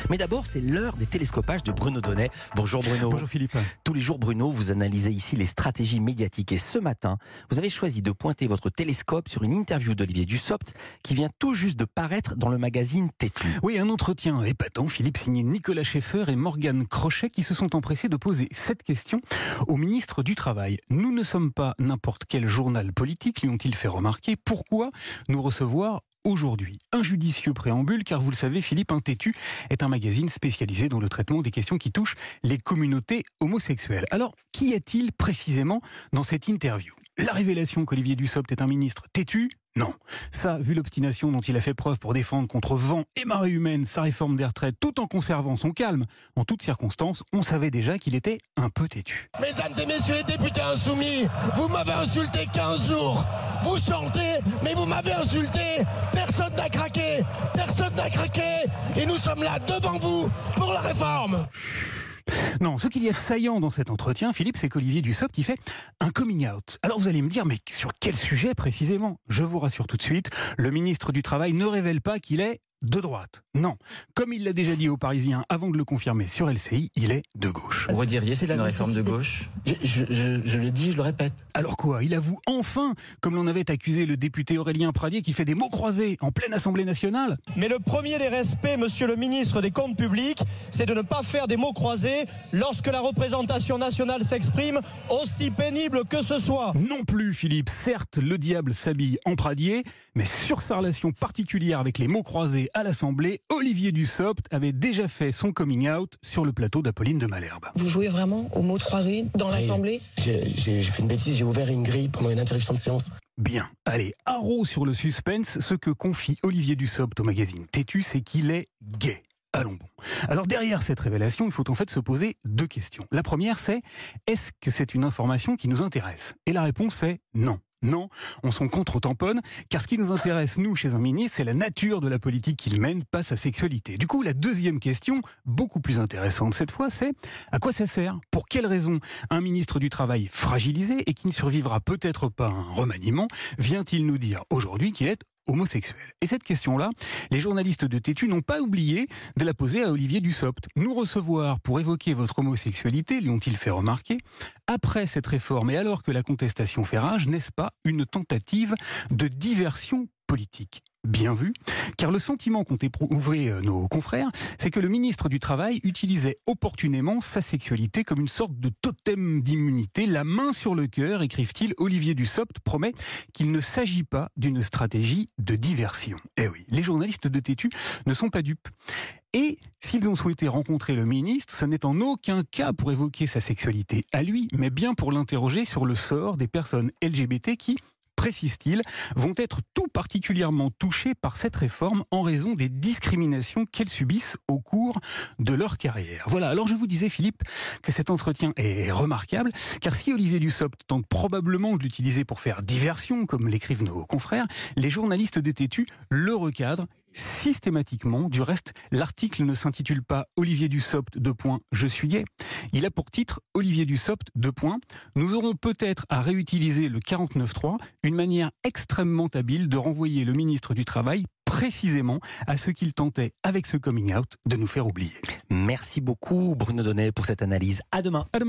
Mais d'abord, c'est l'heure des télescopages de Bruno Donnet. Bonjour Bruno. Bonjour Philippe. Tous les jours, Bruno, vous analysez ici les stratégies médiatiques. Et ce matin, vous avez choisi de pointer votre télescope sur une interview d'Olivier Dussopt qui vient tout juste de paraître dans le magazine Tétu. Oui, un entretien épatant, Philippe, signé Nicolas Schaeffer et Morgane Crochet qui se sont empressés de poser cette question au ministre du Travail. Nous ne sommes pas n'importe quel journal politique, lui ont-ils fait remarquer. Pourquoi nous recevoir aujourd'hui? Un judicieux préambule, car vous le savez, Philippe, Tétu est un magazine spécialisé dans le traitement des questions qui touchent les communautés homosexuelles. Alors, qu'y a-t-il précisément dans cette interview? La révélation qu'Olivier Dussopt est un ministre têtu? Non. Ça, vu l'obstination dont il a fait preuve pour défendre contre vent et marée humaine sa réforme des retraites tout en conservant son calme en toutes circonstances, on savait déjà qu'il était un peu têtu. Mesdames et messieurs les députés insoumis, vous m'avez insulté 15 jours. Vous chantez, mais vous m'avez insulté. Personne n'a craqué. Personne n'a craqué. Et nous sommes là devant vous pour la réforme. Non, ce qu'il y a de saillant dans cet entretien, Philippe, c'est qu'Olivier Dussopt, il fait un coming out. Alors vous allez me dire, mais sur quel sujet précisément? Je vous rassure tout de suite, le ministre du Travail ne révèle pas qu'il est de droite. Non. Comme il l'a déjà dit aux Parisiens avant de le confirmer sur LCI, il est de gauche. Vous rediriez, c'est une réforme de gauche? Je le dis, je le répète. Alors quoi? Il avoue enfin, comme l'en avait accusé le député Aurélien Pradier qui fait des mots croisés en pleine Assemblée nationale. Mais le premier des respects, monsieur le ministre des Comptes publics, c'est de ne pas faire des mots croisés lorsque la représentation nationale s'exprime, aussi pénible que ce soit. Non plus, Philippe. Certes, le diable s'habille en Pradier, mais sur sa relation particulière avec les mots croisés à l'Assemblée, Olivier Dussopt avait déjà fait son coming out sur le plateau d'Apolline de Malherbe. Vous jouez vraiment aux mots croisés dans l'Assemblée? J'ai fait une bêtise, j'ai ouvert une grille pendant une interruption de séance. Bien, allez, haro sur le suspense, ce que confie Olivier Dussopt au magazine Tétu, c'est qu'il est gay. Allons bon. Alors derrière cette révélation, il faut en fait se poser deux questions. La première, c'est est-ce que c'est une information qui nous intéresse? Et la réponse est non. Non, on s'en contre-tamponne, car ce qui nous intéresse, nous, chez un ministre, c'est la nature de la politique qu'il mène, pas sa sexualité. Du coup, la deuxième question, beaucoup plus intéressante cette fois, c'est à quoi ça sert? Pour quelles raisons un ministre du Travail fragilisé et qui ne survivra peut-être pas à un remaniement, vient-il nous dire aujourd'hui qu'il est homosexuel? Et cette question-là, les journalistes de Tétu n'ont pas oublié de la poser à Olivier Dussopt. Nous recevoir pour évoquer votre homosexualité, lui ont-ils fait remarquer, après cette réforme et alors que la contestation fait rage, n'est-ce pas une tentative de diversion politique? Bien vu, car le sentiment qu'ont éprouvé nos confrères, c'est que le ministre du Travail utilisait opportunément sa sexualité comme une sorte de totem d'immunité. La main sur le cœur, écrivent-ils, Olivier Dussopt promet qu'il ne s'agit pas d'une stratégie de diversion. Eh oui, les journalistes de Tétu ne sont pas dupes. Et s'ils ont souhaité rencontrer le ministre, ce n'est en aucun cas pour évoquer sa sexualité à lui, mais bien pour l'interroger sur le sort des personnes LGBT qui, précise-t-il, vont être tout particulièrement touchés par cette réforme en raison des discriminations qu'elles subissent au cours de leur carrière. Voilà, alors je vous disais, Philippe, que cet entretien est remarquable, car si Olivier Dussopt tente probablement de l'utiliser pour faire diversion, comme l'écrivent nos confrères, les journalistes de Tétu le recadrent systématiquement. Du reste, l'article ne s'intitule pas Olivier Dussopt : je suis gay. Il a pour titre Olivier Dussopt : nous aurons peut-être à réutiliser le 49.3, une manière extrêmement habile de renvoyer le ministre du Travail précisément à ce qu'il tentait avec ce coming out de nous faire oublier. Merci beaucoup Bruno Donnet pour cette analyse. À demain.